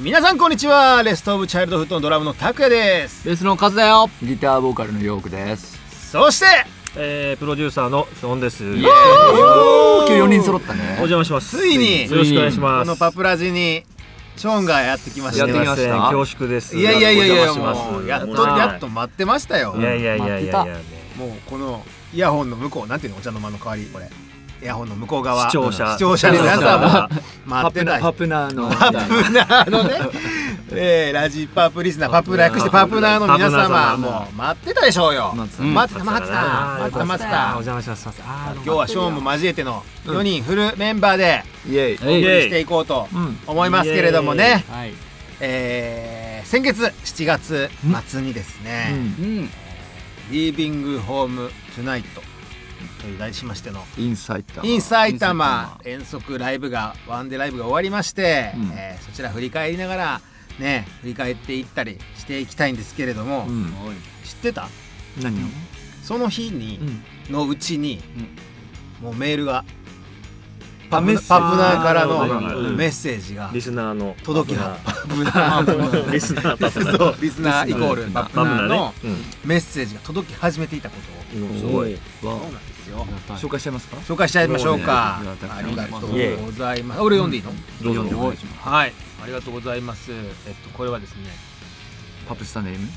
皆さんこんにちは。レストオブチャイルドフットのドラムの拓也です。 ベースのカズだよ。 ギターボーカルのヨークです。 そしてプロデューサーのショーンです。 今日4人揃ったね。 お邪魔します。 ついによろしくお願いします。 このパプラジにショーンがやってきました。 やってきました。 恐縮です。 いやもうやっと待ってましたよ。 いやもうこのイヤホンの向こうなんていうの、お茶の間の代わり、これイヤホンの向こう側視聴者の皆さんも待ってた。 パプナーのねラジパプリスナー、パプ略してパプナーの皆様も待ってたでしょうよ。待ってた。お邪魔します。 今日はショーンも交えての4人フルメンバーでお送りしていこうと思いますけれどもね、先月7月末にですねリービングホームトゥナイトという題しましてのイン埼玉遠足ライブがワンデーライブが終わりまして、そちら振り返りながらね振り返っていったりしていきたいんですけれども、知ってた？ 何を？ その日にのうちにもうメールがパプナーからのメッセージがリスナーの届きはリスナーイコールパプナーのメッセージが届き始めていたことを、 すごい。 そうなんですよ。 紹介しちゃいますか？ 紹介しちゃいましょうか。ありがとうございます。俺読んでいいの？ どうぞ。 はい、ありがとうございます。これはですね、 パプスタネーム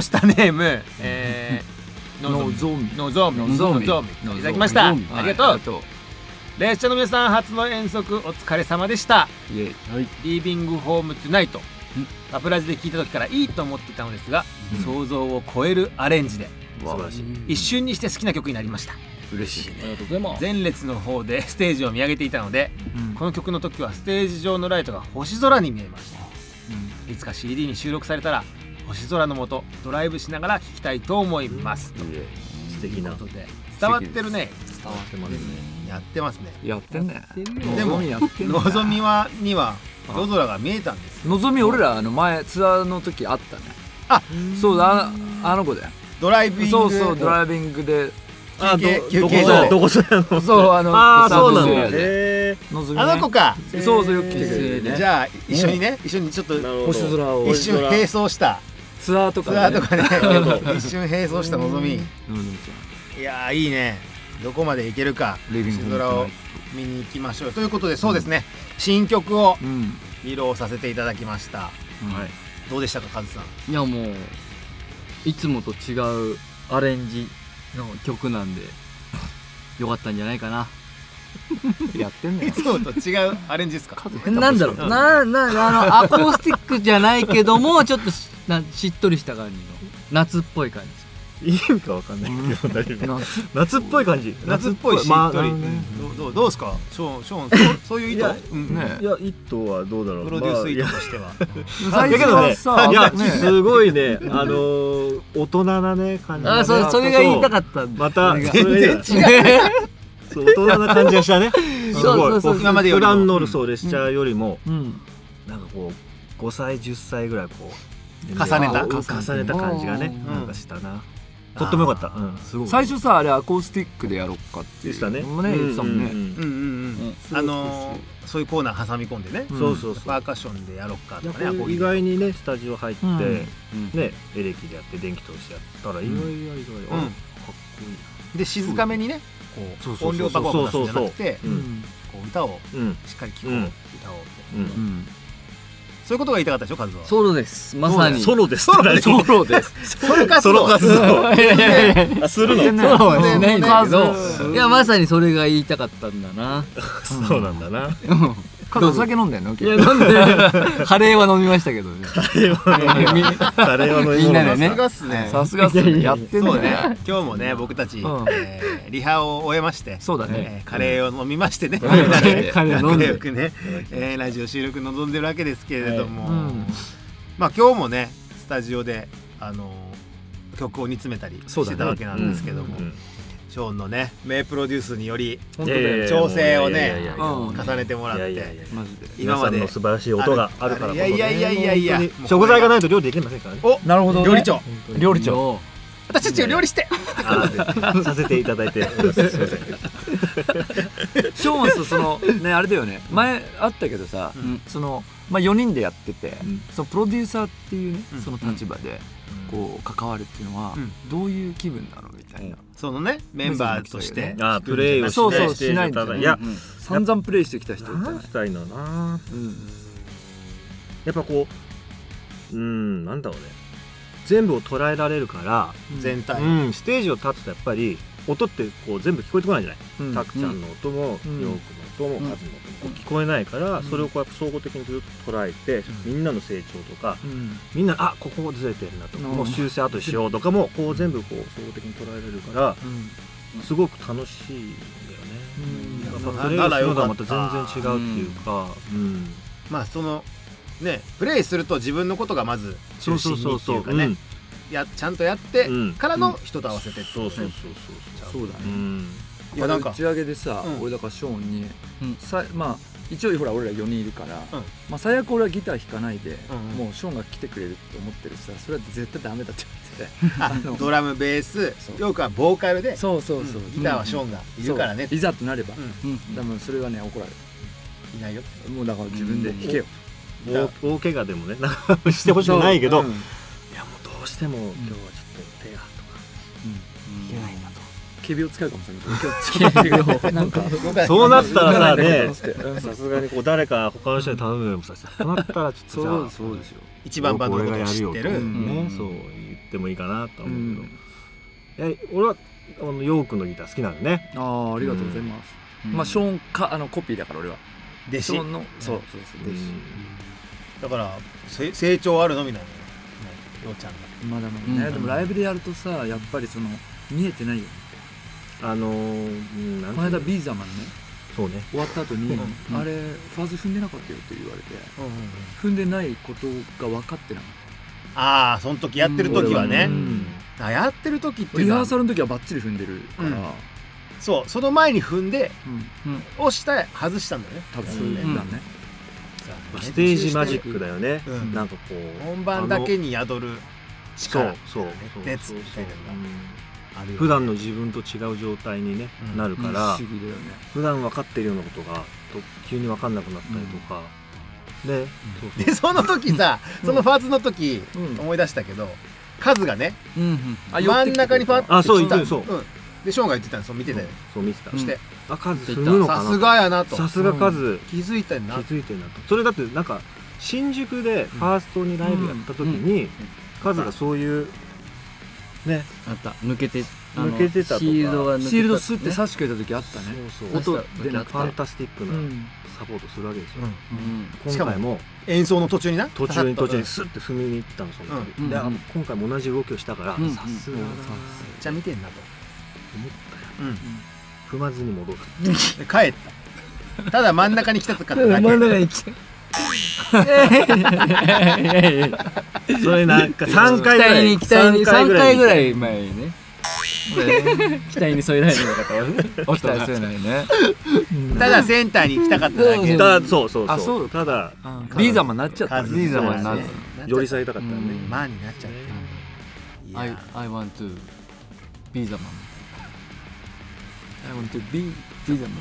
のぞみいただきました。ありがとう。列車の皆さん、初の遠足お疲れ様でした。リービングホームトゥナイト、パプラジで聞いた時からいいと思っていたのですが、想像を超えるアレンジで一瞬にして好きな曲になりました。 嬉しいね。 前列の方でステージを見上げていたので、この曲の時はステージ上のライトが星空に見えました。いつか CD に収録されたら星空の下ドライブしながら聴きたいと思いますと。 素敵なことで伝わってるね。 伝わってますね。 やってますね。 やってんね。 でものぞみには夜空が見えたんです。 のぞみ俺ら前ツアーの時あったね。あ、そうだ、あの子だよ。 ドライビング。 そうドライビングで休憩所。 どこそやの？そうそうなの。 あの子か。 そうよく来てくれるね。 じゃあ一緒にちょっと星空を一瞬並走したツアーとかね一瞬並走したのぞみ。いやいいね。どこまでいけるか星空を見に行きましょうということで、そうですね、新曲を披露させていただきました。どうでしたか、カズさん？ いやもういつもと違うアレンジの曲なんでよかったんじゃないかな。 やってんね。 いつもと違うアレンジですか？ なんだろう、アコースティックじゃないけどもちょっとしっとりした感じの夏っぽい感じ。 意味かわかんないけど大丈夫。夏っぽい感じ。 夏っぽいしっとり。どうですか、ショーン、そういう意図？ いや、意図はどうだろう。 プロデュース意図としては。 だけどね、いやすごいね、大人なね感じ。 あ、それが言いたかったんだ。 また全然違う。大人な感じがしたね。すごい。 今までより普段の列車よりもなんかこう5歳10歳ぐらいこう重ねた感じがね、なんかしたな。とってもよかった。すごい。 最初さ、あれアコースティックでやろうかって言ってたね。 言ってたもんね。 そういうコーナー挟み込んでね。 そうパーカッションでやろうかとかね。 意外にね、スタジオ入ってね、エレキでやって電気通してやったら意外かっこいい。 で静かめにね、こう音量バコバコ出すんじゃなくて、こう歌をしっかり聴こう、歌をって。そういうことが言いたかったでしょ、カズは。 ソロです。まさにソロです。 ソロです。ソロ活動。 するの。 ソロはしないんだけど、いやまさにそれが言いたかったんだな。 そうなんだな。 お酒飲んでんの？ いや飲んでカレーは飲みましたけどね。 カレーは飲みみんなでね。 さすがっすね。やってんのね。今日もね、僕たちリハを終えまして、 そうだね。 カレーを飲みましてね。 カレー飲んでよくね、ラジオ収録臨んでるわけですけれども、まあ今日もねスタジオで曲を煮詰めたりしてたわけなんですけども、ショーンのね名プロデュースにより調整をね重ねてもらって、 今までの素晴らしい音があるからこそね。 いや食材がないと料理できませんからね。 お、なるほど。料理長。 私たちを料理してさせていただいてすいません。 ショーンスそのねあれだよね、前あったけどさ、そのまあ4人でやってて、そのプロデューサーっていうねその立場でこう関わるっていうのはどういう気分なのみたいな、 そのねメンバーとしてプレイをしないんだよね。 いや散々プレイしてきた人なんつったらいいのな、やっぱこうなんだろうね、全部を捉えられるから全体ステージを立つとやっぱり音ってこう全部聞こえてこないじゃない、たくちゃんの音もヨークの音もカズの音も聞こえないから、それをこうやっぱ総合的にずっと捉えて、みんなの成長とか、みんなここずれてるなとか、もう修正後しようとかもこう全部こう総合的に捉えられるから、すごく楽しいんだよね。プレイするのがまた全然違うっていうか、 まあそのねプレイすると自分のことがまず中心にっていうかね、ちゃんとやってからの人と合わせてってことね。 そうだね。 いやなんか打ち上げでさ、俺だからショーンにまあ一応ほら俺ら4人いるから、まあ最悪俺はギター弾かないでもうショーンが来てくれるって思ってるしさ、それは絶対ダメだって言われて、 ドラムベースヨークはボーカルで、 そうギターはショーンがいるからね、 いざとなれば多分それはね怒られる。 いないよ、 もうだから自分で弾けよ。 大怪我でもねしてほしくないけど、いやもうどうしても今日はちょっと手がとかいけないんだと、 仮病使うかもしれない。今日なんかそうなったらさね、さすがにこう誰か他の人に頼むのもさ、そうなったらちょっとじゃあそうですよ、 一番バンドのことを知ってるね、そう言ってもいいかなと思うけど、俺はヨークのギター好きなんでね。 ありがとうございます。まあショーンかコピーだから俺は弟子のそう弟子だから成長あるのみたいな、ようちゃんがまだまだね。でもライブでやるとさ、やっぱりその見えてないよね。この間ビーザマンね、 そうね、 終わった後にあれファーズ踏んでなかったよって言われて、踏んでないことが分かってなかった。 その時やってる時はね、やってる時っていうのはリハーサルの時はバッチリ踏んでるから、 その前に踏んで押して外したんだよね、多分そうだね。 ステージマジックだよね。なんかこう本番だけに宿る力、 熱みたいなのが普段の自分と違う状態になるから、普段分かっているようなことが急に分かんなくなったりとかで、その時さ、そのファーズの時思い出したけど、カズがね真ん中にパッと来た、でショーンが言ってたの、そう見てたよ。 そう見てた。 そしてカズ踏むのかな、 さすがやなと、 さすがカズ気づいてんなと。 それだってなんか新宿でファーストにライブやった時にカズがそういうね、 あった、抜けてたとか、 シールドスって差しくれた時あったね。 音でなくてファンタスティックなサポートするわけですよ。 今回も演奏の途中に途中にスッて踏みに行ったの、その時で今回も同じ動きをしたから、さすがだな、めっちゃ見てんなと思ったよ。踏まずに戻る、 帰った。ただ真ん中に来たとかっただけ。 真ん中に来た。 それなんか3回ぐらい 3回ぐらい前にね、期待に添えないの方は期待添えないね。 ただセンターに行きたかっただけ。 そうただビーザマンになっちゃった。 ビーザマンになって寄り添いたかったね。 マンになっちゃった。 I want to be the man. I want to be the man.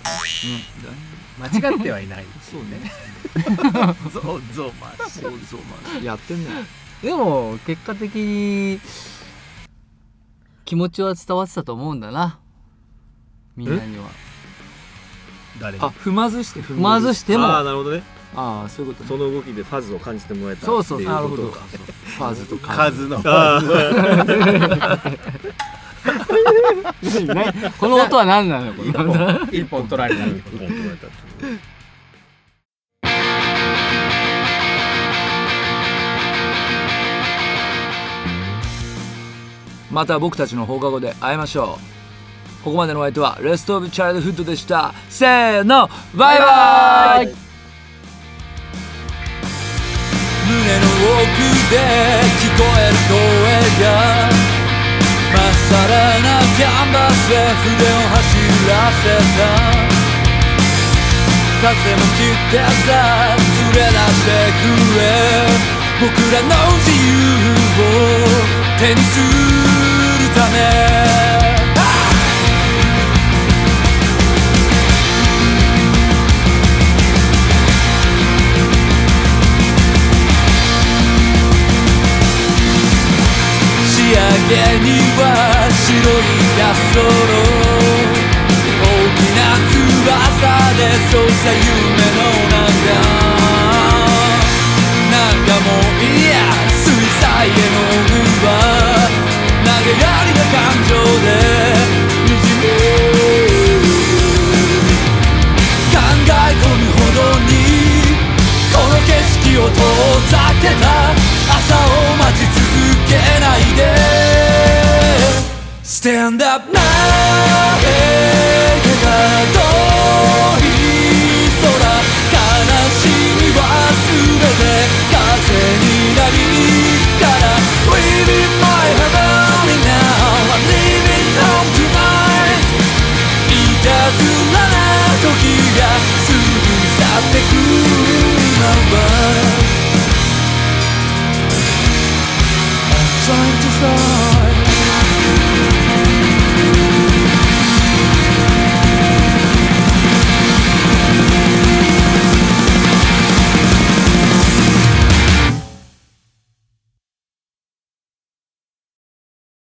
間違ってはいない。 そうね。 ゾウマンやってんね。 でも結果的に気持ちは伝わってたと思うんだな、みんなには。 誰に？ 踏まずして踏まずしても。 なるほどね。 そういうこと。 その動きでファズを感じてもらえた。 そうなるほど。ファズとカズの。 この音は何なの？ 一本取られた。 また僕たちの放課後で会いましょう。ここまでのお相手はレストオブチャイルドフッドでした。せーの、バイバイ。胸の奥で聞こえる声がまっさらなキャンバスで筆を走らせた。風も切ってさ連れ出してくれ、僕らの自由を手にするため仕上げには白いヤスロ大きな翼でそうした夢の中なんかもういや水彩絵の具は投げやりな感情でにじむ考え込むほどにこの景色を遠ざけた朝を待ち続けないで Stand up now 描けた遠い空悲しみは全て風になりから Leaving my harmony now I'm leaving home tonight いたずらな時が過ぎ去ってく今は I'm trying to fly